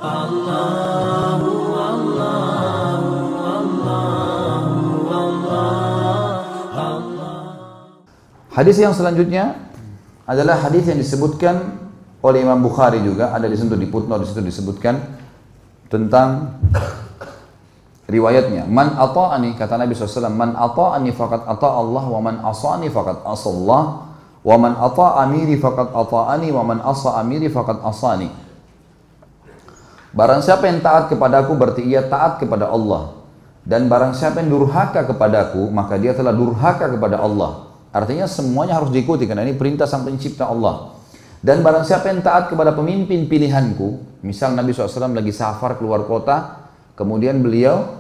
Hadis yang selanjutnya adalah hadis yang disebutkan oleh Imam Bukhari juga, ada di situ di footnote, di situ disebutkan tentang riwayatnya. Man ata'ani, kata Nabi SAW, man ata'ani faqad ata'a Allah, wa man asa'ani faqad asa Allah, wa man ata'a amiri faqad ata'ani, wa man asa amiri faqad asani. Barang siapa yang taat kepadaku berarti ia taat kepada Allah, dan barang siapa yang durhaka kepadaku maka dia telah durhaka kepada Allah. Artinya semuanya harus diikuti karena ini perintah sang pencipta Allah. Dan barang siapa yang taat kepada pemimpin pilihanku, misal Nabi SAW lagi safar keluar kota, kemudian beliau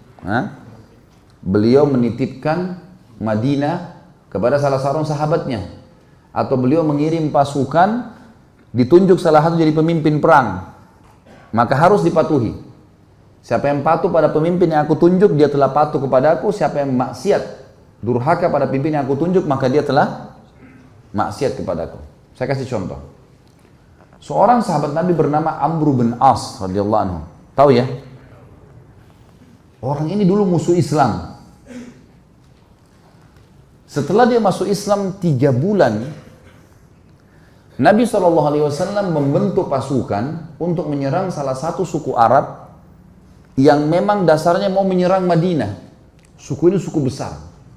menitipkan Madinah kepada salah seorang sahabatnya, atau beliau mengirim pasukan, ditunjuk salah satu jadi pemimpin perang, maka harus dipatuhi. Siapa yang patuh pada pemimpin yang aku tunjuk, dia telah patuh kepadaku. Siapa yang maksiat, durhaka pada pimpin yang aku tunjuk, maka dia telah maksiat kepadaku. Saya kasih contoh. Seorang sahabat Nabi bernama Amr bin As radhiyallahu anhu. Tahu ya? Orang ini dulu musuh Islam. Setelah dia masuk Islam 3 bulan, Nabi SAW membentuk pasukan untuk menyerang salah satu suku Arab yang memang dasarnya mau menyerang Madinah. Suku ini suku besar.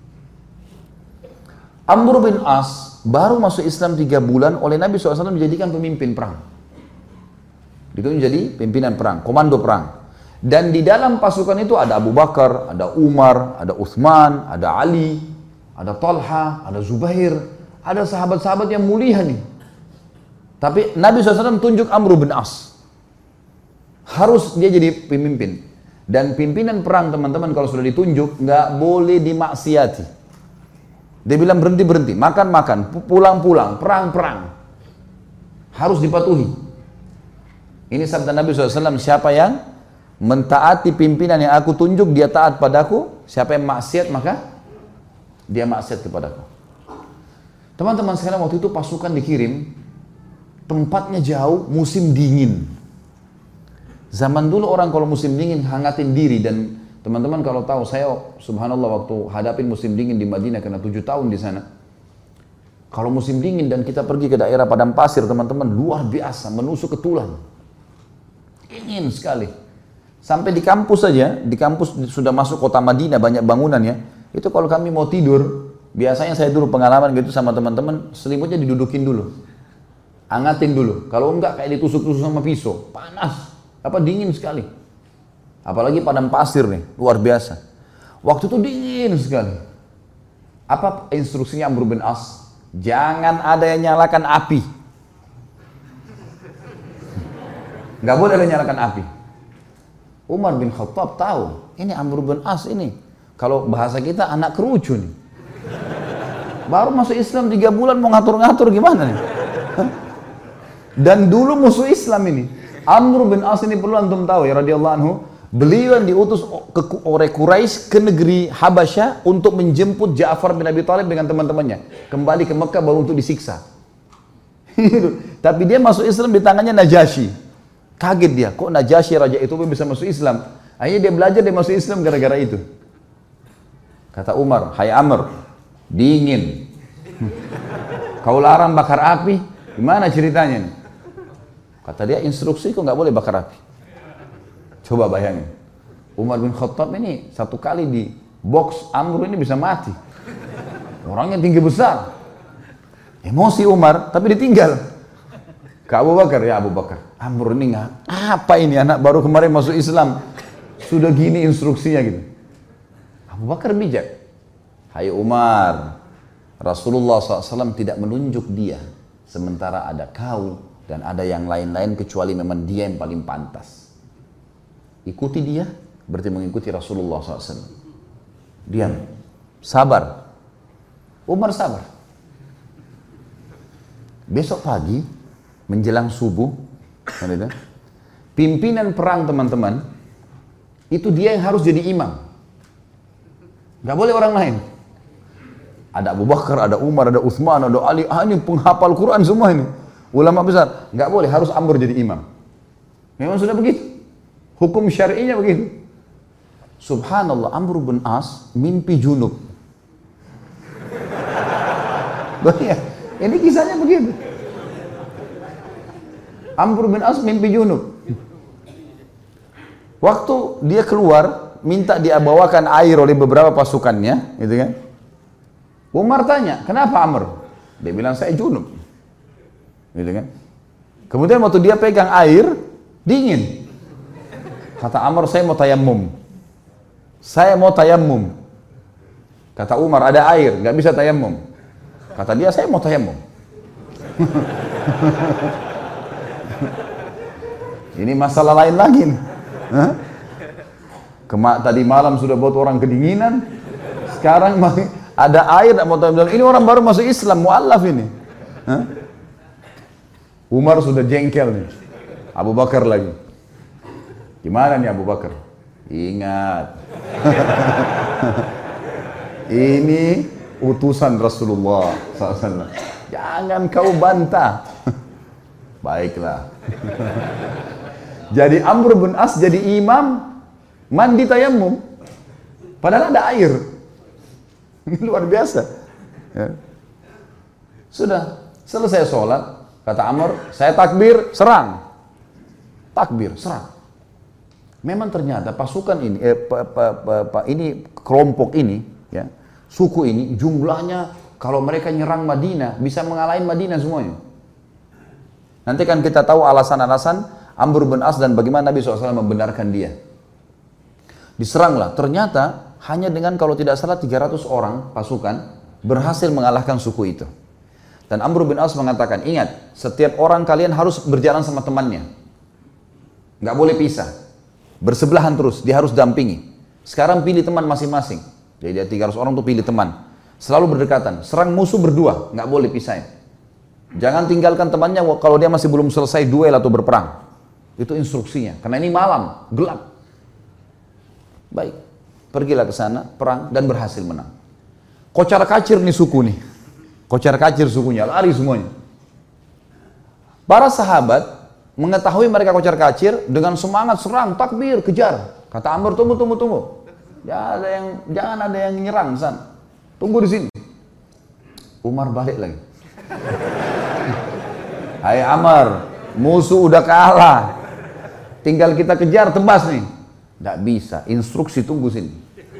Amr bin As baru masuk Islam 3 bulan, oleh Nabi SAW dijadikan pemimpin perang. Itu menjadi pimpinan perang, komando perang. Dan di dalam pasukan itu ada Abu Bakar, ada Umar, ada Uthman, ada Ali, ada Talha, ada Zubair, ada sahabat-sahabat yang mulia nih. Tapi Nabi SAW tunjuk Amr bin As. Harus dia jadi pemimpin. Dan pimpinan perang teman-teman kalau sudah ditunjuk, nggak boleh dimaksiati. Dia bilang berhenti-berhenti, makan-makan, pulang-pulang, perang-perang. Harus dipatuhi. Ini sabda Nabi SAW, siapa yang mentaati pimpinan yang aku tunjuk, dia taat padaku. Siapa yang maksiat, maka dia maksiat kepadaku. Teman-teman sekalian, waktu itu pasukan dikirim, tempatnya jauh, musim dingin. Zaman dulu orang kalau musim dingin hangatin diri, dan teman-teman kalau tahu, saya subhanallah waktu hadapin musim dingin di Madinah karena 7 tahun di sana. Kalau musim dingin dan kita pergi ke daerah padang pasir, teman-teman, luar biasa, menusuk ke tulang. Dingin sekali. Sampai di kampus saja, di kampus sudah masuk kota Madinah, banyak bangunan ya. Itu kalau kami mau tidur, biasanya saya dulu pengalaman gitu sama teman-teman, selimutnya didudukin dulu. Hangatin dulu. Kalau enggak kayak ditusuk-tusuk sama pisau, panas. Dingin sekali. Apalagi padang pasir nih, luar biasa. Waktu itu dingin sekali. Apa instruksinya Amr bin As? Jangan ada yang nyalakan api. Nggak boleh ada yang nyalakan api. Umar bin Khattab tahu, ini Amr bin As ini, kalau bahasa kita anak kerucu nih. Baru masuk Islam 3 bulan mau ngatur-ngatur gimana nih? Dan dulu musuh Islam ini. Amr bin As ini perlu antum tahu ya radhiyallahu anhu. Beliau yang diutus oleh Quraisy ke negeri Habasyah untuk menjemput Ja'far bin Abi Thalib dengan teman-temannya kembali ke Mekah baru untuk disiksa. Tapi dia masuk Islam di tangannya Najasyi. Kaget dia, kok Najasyi raja itu bisa masuk Islam? Akhirnya dia belajar, dia masuk Islam gara-gara itu. Kata Umar, hai Amr, dingin. Kau larang bakar api, gimana ceritanya nih? Kata dia, instruksi kok nggak boleh bakar api. Coba bayangin, Umar bin Khattab ini 1 kali di box Amr ini bisa mati. Orangnya tinggi besar. Emosi Umar, tapi ditinggal. Ke Abu Bakar, ya Abu Bakar, Amr ini nggak, apa ini anak baru kemarin masuk Islam, sudah gini instruksinya gitu. Abu Bakar bijak. Hai Umar, Rasulullah SAW tidak menunjuk dia, sementara ada kau dan ada yang lain-lain kecuali memang dia yang paling pantas. Ikuti dia, berarti mengikuti Rasulullah SAW. Diam, sabar. Umar sabar. Besok pagi, menjelang subuh, pimpinan perang teman-teman, itu dia yang harus jadi imam. Gak boleh orang lain. Ada Abu Bakar, ada Umar, ada Uthman, ada Ali, ini penghafal Quran semua ini. Ulama besar, nggak boleh, harus Amr jadi imam. Memang sudah begitu. Hukum syar'inya begitu. Subhanallah, Amr bin As mimpi junub. Ini kisahnya begitu. Amr bin As mimpi junub. Waktu dia keluar, minta dia bawakan air oleh beberapa pasukannya, gitu kan? Umar tanya, kenapa Amr? Dia bilang, saya junub. Gitu kan? Kemudian waktu dia pegang air, dingin. Kata Amr, saya mau tayammum. Saya mau tayammum. Kata Umar, ada air, nggak bisa tayammum. Kata dia, saya mau tayammum. Ini masalah lain lagi. Tadi malam sudah buat orang kedinginan, sekarang ada air, mau tayammum. Ini orang baru masuk Islam, mu'allaf ini. Umar sudah jengkel nih. Abu Bakar lagi. Gimana nih Abu Bakar? Ingat. Ini utusan Rasulullah SAW. Jangan kau bantah. Baiklah. Jadi Amr bin As jadi imam mandi tayammum. Padahal ada air. Ini luar biasa. Ya. Sudah selesai sholat, kata Amr, saya takbir, serang. Takbir, serang. Memang ternyata pasukan ini, kelompok ini, ya, suku ini jumlahnya kalau mereka nyerang Madinah bisa mengalahin Madinah semuanya. Nanti kan kita tahu alasan-alasan Amr bin As dan bagaimana Nabi SAW membenarkan dia. Diseranglah, ternyata hanya dengan kalau tidak salah 300 orang pasukan berhasil mengalahkan suku itu. Dan Amr bin As mengatakan, ingat, setiap orang kalian harus berjalan sama temannya. Nggak boleh pisah. Bersebelahan terus, dia harus dampingi. Sekarang pilih teman masing-masing. Jadi dia 300 orang tuh pilih teman. Selalu berdekatan, serang musuh berdua, nggak boleh pisahin. Jangan tinggalkan temannya kalau dia masih belum selesai duel atau berperang. Itu instruksinya, karena ini malam, gelap. Baik, pergilah ke sana, perang, dan berhasil menang. Kocar kacir nih suku nih. Kocar kacir sukunya, lari semuanya. Para sahabat mengetahui mereka kocar kacir, dengan semangat serang, takbir, kejar. Kata Amr, tunggu. Jangan ada yang nyerang, San. Tunggu di sini. Umar balik lagi. Hai Amr, musuh udah kalah. Tinggal kita kejar, tebas nih. Tidak bisa, instruksi tunggu sini.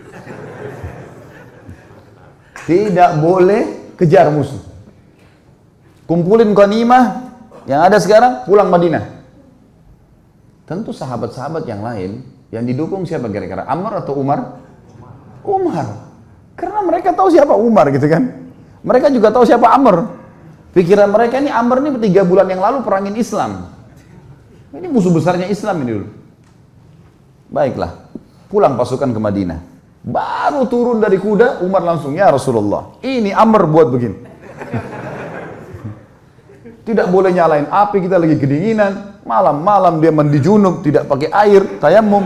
Tidak boleh kejar musuh. Kumpulin ghanimah yang ada sekarang, pulang Madinah. Tentu sahabat-sahabat yang lain, yang didukung siapa kira-kira? Amr atau Umar? Umar. Karena mereka tahu siapa Umar gitu kan. Mereka juga tahu siapa Amr. Pikiran mereka ini Amr ini 3 bulan yang lalu perangin Islam. Ini musuh besarnya Islam ini dulu. Baiklah, pulang pasukan ke Madinah. Baru turun dari kuda, Umar langsung, ya Rasulullah, ini Amr buat begini. Tidak boleh nyalain api, kita lagi kedinginan. Malam-malam dia mandi junub, tidak pakai air, tayammum.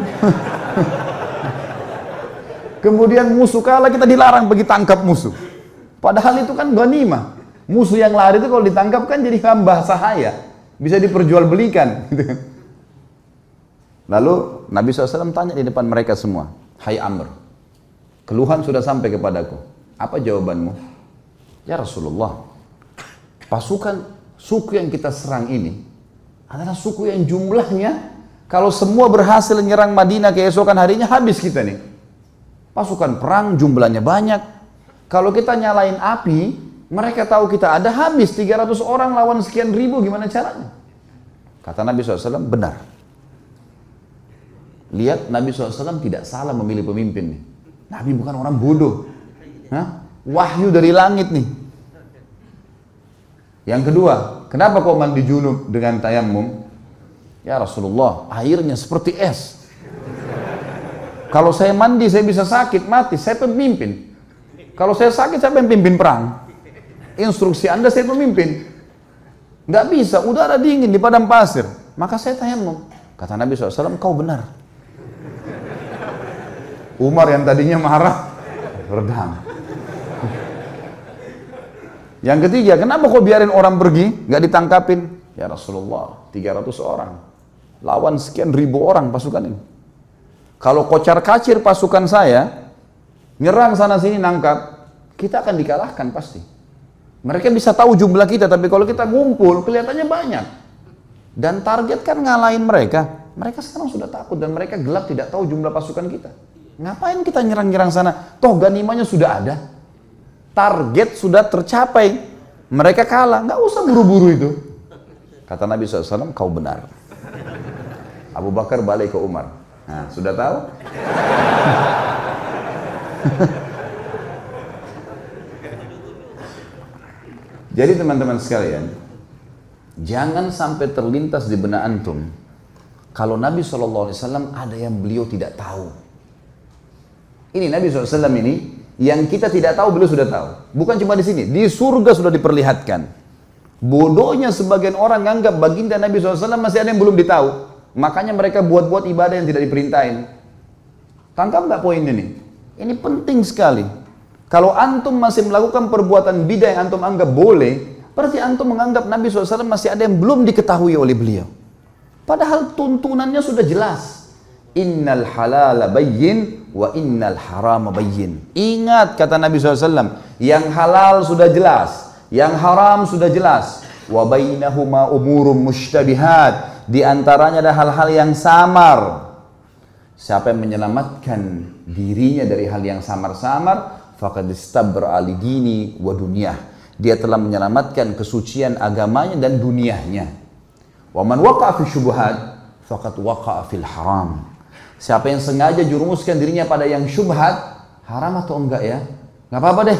Kemudian musuh kalah, kita dilarang pergi tangkap musuh. Padahal itu kan ghanimah. Musuh yang lari itu kalau ditangkap kan jadi hamba sahaya. Bisa diperjualbelikan. Lalu Nabi SAW tanya di depan mereka semua. Hai Amr, keluhan sudah sampai kepadaku. Apa jawabanmu? Ya Rasulullah, pasukan suku yang kita serang ini adalah suku yang jumlahnya kalau semua berhasil menyerang Madinah keesokan harinya habis kita nih. Pasukan perang jumlahnya banyak. Kalau kita nyalain api, mereka tahu kita ada, habis 300 orang lawan sekian ribu, gimana caranya? Kata Nabi SAW, benar. Lihat Nabi SAW tidak salah memilih pemimpin nih. Nabi bukan orang bodoh. Wahyu dari langit nih. Yang kedua, kenapa kau mandi junub dengan tayammum? Ya Rasulullah, airnya seperti es. Kalau saya mandi, saya bisa sakit, mati. Saya pemimpin. Kalau saya sakit, saya pemimpin perang. Instruksi Anda, saya pemimpin. Nggak bisa, udara dingin di padang pasir. Maka saya tayammum. Kata Nabi SAW, kau benar. Umar yang tadinya marah, redam. Yang ketiga, kenapa kau biarin orang pergi, nggak ditangkapin? Ya Rasulullah, 300 orang. lawan sekian ribu orang pasukan ini. Kalau kocar-kacir pasukan saya, nyerang sana sini nangkap, kita akan dikalahkan pasti. Mereka bisa tahu jumlah kita, tapi kalau kita ngumpul, kelihatannya banyak. Dan target kan ngalahin mereka. Mereka sekarang sudah takut dan mereka gelap tidak tahu jumlah pasukan kita. Ngapain kita nyerang-nyerang sana? Toh ganimanya sudah ada. Target sudah tercapai. Mereka kalah, nggak usah buru-buru itu. Kata Nabi SAW, kau benar. Abu Bakar balik ke Umar. Nah, sudah tahu? Jadi teman-teman sekalian, jangan sampai terlintas di benak antum kalau Nabi SAW ada yang beliau tidak tahu. Ini Nabi SAW ini yang kita tidak tahu beliau sudah tahu. Bukan cuma di sini, di surga sudah diperlihatkan. Bodohnya sebagian orang menganggap baginda Nabi SAW masih ada yang belum ditahu. Makanya mereka buat-buat ibadah yang tidak diperintahin. Tangkap nggak poin ini? Ini penting sekali. Kalau antum masih melakukan perbuatan bidah yang antum anggap boleh, berarti antum menganggap Nabi SAW masih ada yang belum diketahui oleh beliau. Padahal tuntunannya sudah jelas. Innal halala bayyin wa innal harama bayyin. Ingat kata Nabi SAW, yang halal sudah jelas, yang haram sudah jelas. Wa bainahuma umurum mushtabihat. Di antaranya ada hal-hal yang samar. Siapa yang menyelamatkan dirinya dari hal yang samar-samar, faqad istabra li dini wa dunyah. Dia telah menyelamatkan kesucian agamanya dan dunianya. Wa man waqa'a fi syubhat faqad waqa'a fil haram. Siapa yang sengaja jurumuskan dirinya pada yang syubhat, haram atau enggak ya? Enggak apa-apa deh.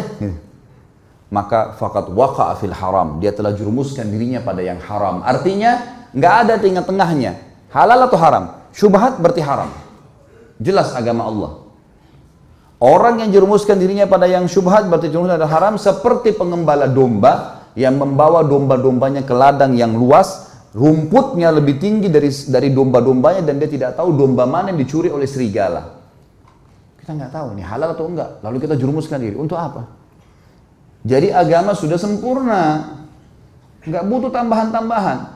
Maka faqad waqa'a fil haram. Dia telah jurumuskan dirinya pada yang haram. Artinya nggak ada tengah-tengahnya, halal atau haram. Syubhat berarti haram. Jelas agama Allah. Orang yang jerumuskan dirinya pada yang syubhat berarti jerumuskan pada haram, seperti pengembala domba yang membawa domba-dombanya ke ladang yang luas, rumputnya lebih tinggi dari domba-dombanya dan dia tidak tahu domba mana yang dicuri oleh serigala. Kita nggak tahu ini halal atau enggak. Lalu kita jerumuskan diri untuk apa? Jadi agama sudah sempurna, nggak butuh tambahan-tambahan.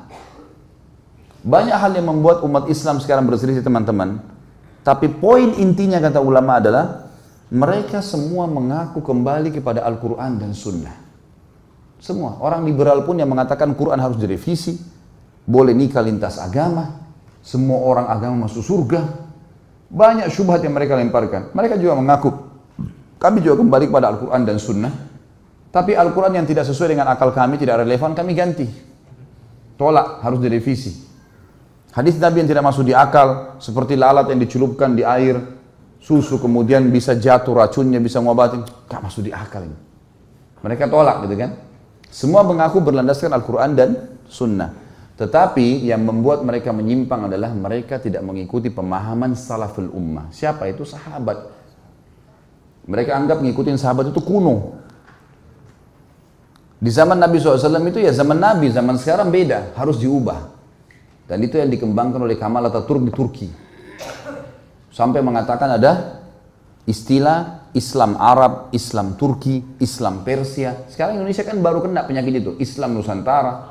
Banyak hal yang membuat umat Islam sekarang berselisih teman-teman. Tapi poin intinya kata ulama adalah mereka semua mengaku kembali kepada Al-Quran dan Sunnah. Semua. Orang liberal pun yang mengatakan Quran harus direvisi, boleh nikah lintas agama, semua orang agama masuk surga. Banyak syubhat yang mereka lemparkan. Mereka juga mengaku, kami juga kembali kepada Al-Quran dan Sunnah. Tapi Al-Quran yang tidak sesuai dengan akal kami, tidak relevan, kami ganti. Tolak, harus direvisi. Hadis Nabi yang tidak masuk di akal, seperti lalat yang dicelupkan di air, susu kemudian bisa jatuh racunnya, bisa ngobatin, gak masuk di akal ini. Mereka tolak gitu kan. Semua mengaku berlandaskan Al-Quran dan Sunnah. Tetapi yang membuat mereka menyimpang adalah mereka tidak mengikuti pemahaman salaful ummah. Siapa itu? Sahabat. Mereka anggap mengikuti sahabat itu kuno. Di zaman Nabi SAW itu ya zaman Nabi, zaman sekarang beda, harus diubah. Dan itu yang dikembangkan oleh Kamal Atatürk di Turki. Sampai mengatakan ada istilah Islam Arab, Islam Turki, Islam Persia. Sekarang Indonesia kan baru kena penyakit itu, Islam Nusantara.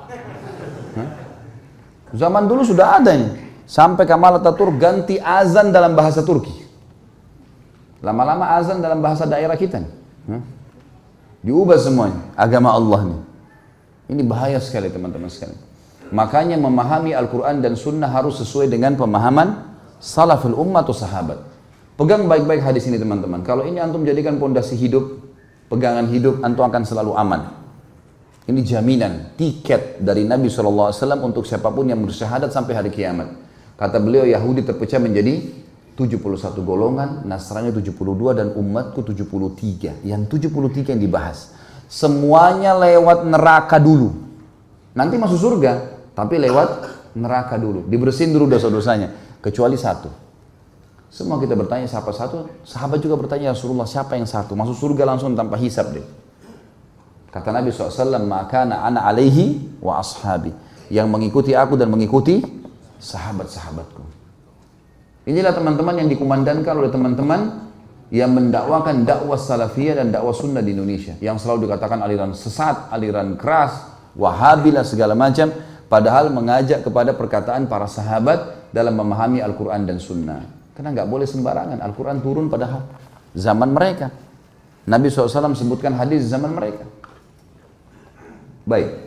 Zaman dulu sudah ada ini. Sampai Kamal Atatürk ganti azan dalam bahasa Turki. Lama-lama azan dalam bahasa daerah kita nih. Diubah semuanya, agama Allah nih. Ini bahaya sekali teman-teman sekalian. Makanya memahami Al-Quran dan Sunnah harus sesuai dengan pemahaman salaful ummah atau sahabat. Pegang baik-baik hadis ini teman-teman. Kalau ini antum jadikan pondasi hidup, pegangan hidup, antum akan selalu aman. Ini jaminan, tiket dari Nabi SAW untuk siapapun yang bersyahadat sampai hari kiamat. Kata beliau, Yahudi terpecah menjadi 71 golongan, Nasrani 72 dan umatku 73. Yang 73 yang dibahas. Semuanya lewat neraka dulu. Nanti masuk surga, tapi lewat neraka dulu. Dibersihin dulu dosa-dosanya. Kecuali satu. Semua kita bertanya siapa satu? Sahabat juga bertanya, Rasulullah siapa yang satu? Masuk surga langsung tanpa hisab deh. Kata Nabi SAW, maka ana alaihi wa ashabi. Yang mengikuti aku dan mengikuti sahabat-sahabatku. Inilah teman-teman yang dikumandangkan oleh teman-teman yang mendakwakan dakwah salafiyah dan dakwah sunnah di Indonesia. Yang selalu dikatakan aliran sesat, aliran keras, wahabilah segala macam. Padahal mengajak kepada perkataan para sahabat dalam memahami Al-Quran dan Sunnah. Karena nggak boleh sembarangan, Al-Quran turun pada zaman mereka. Nabi SAW sebutkan hadis zaman mereka. Baik.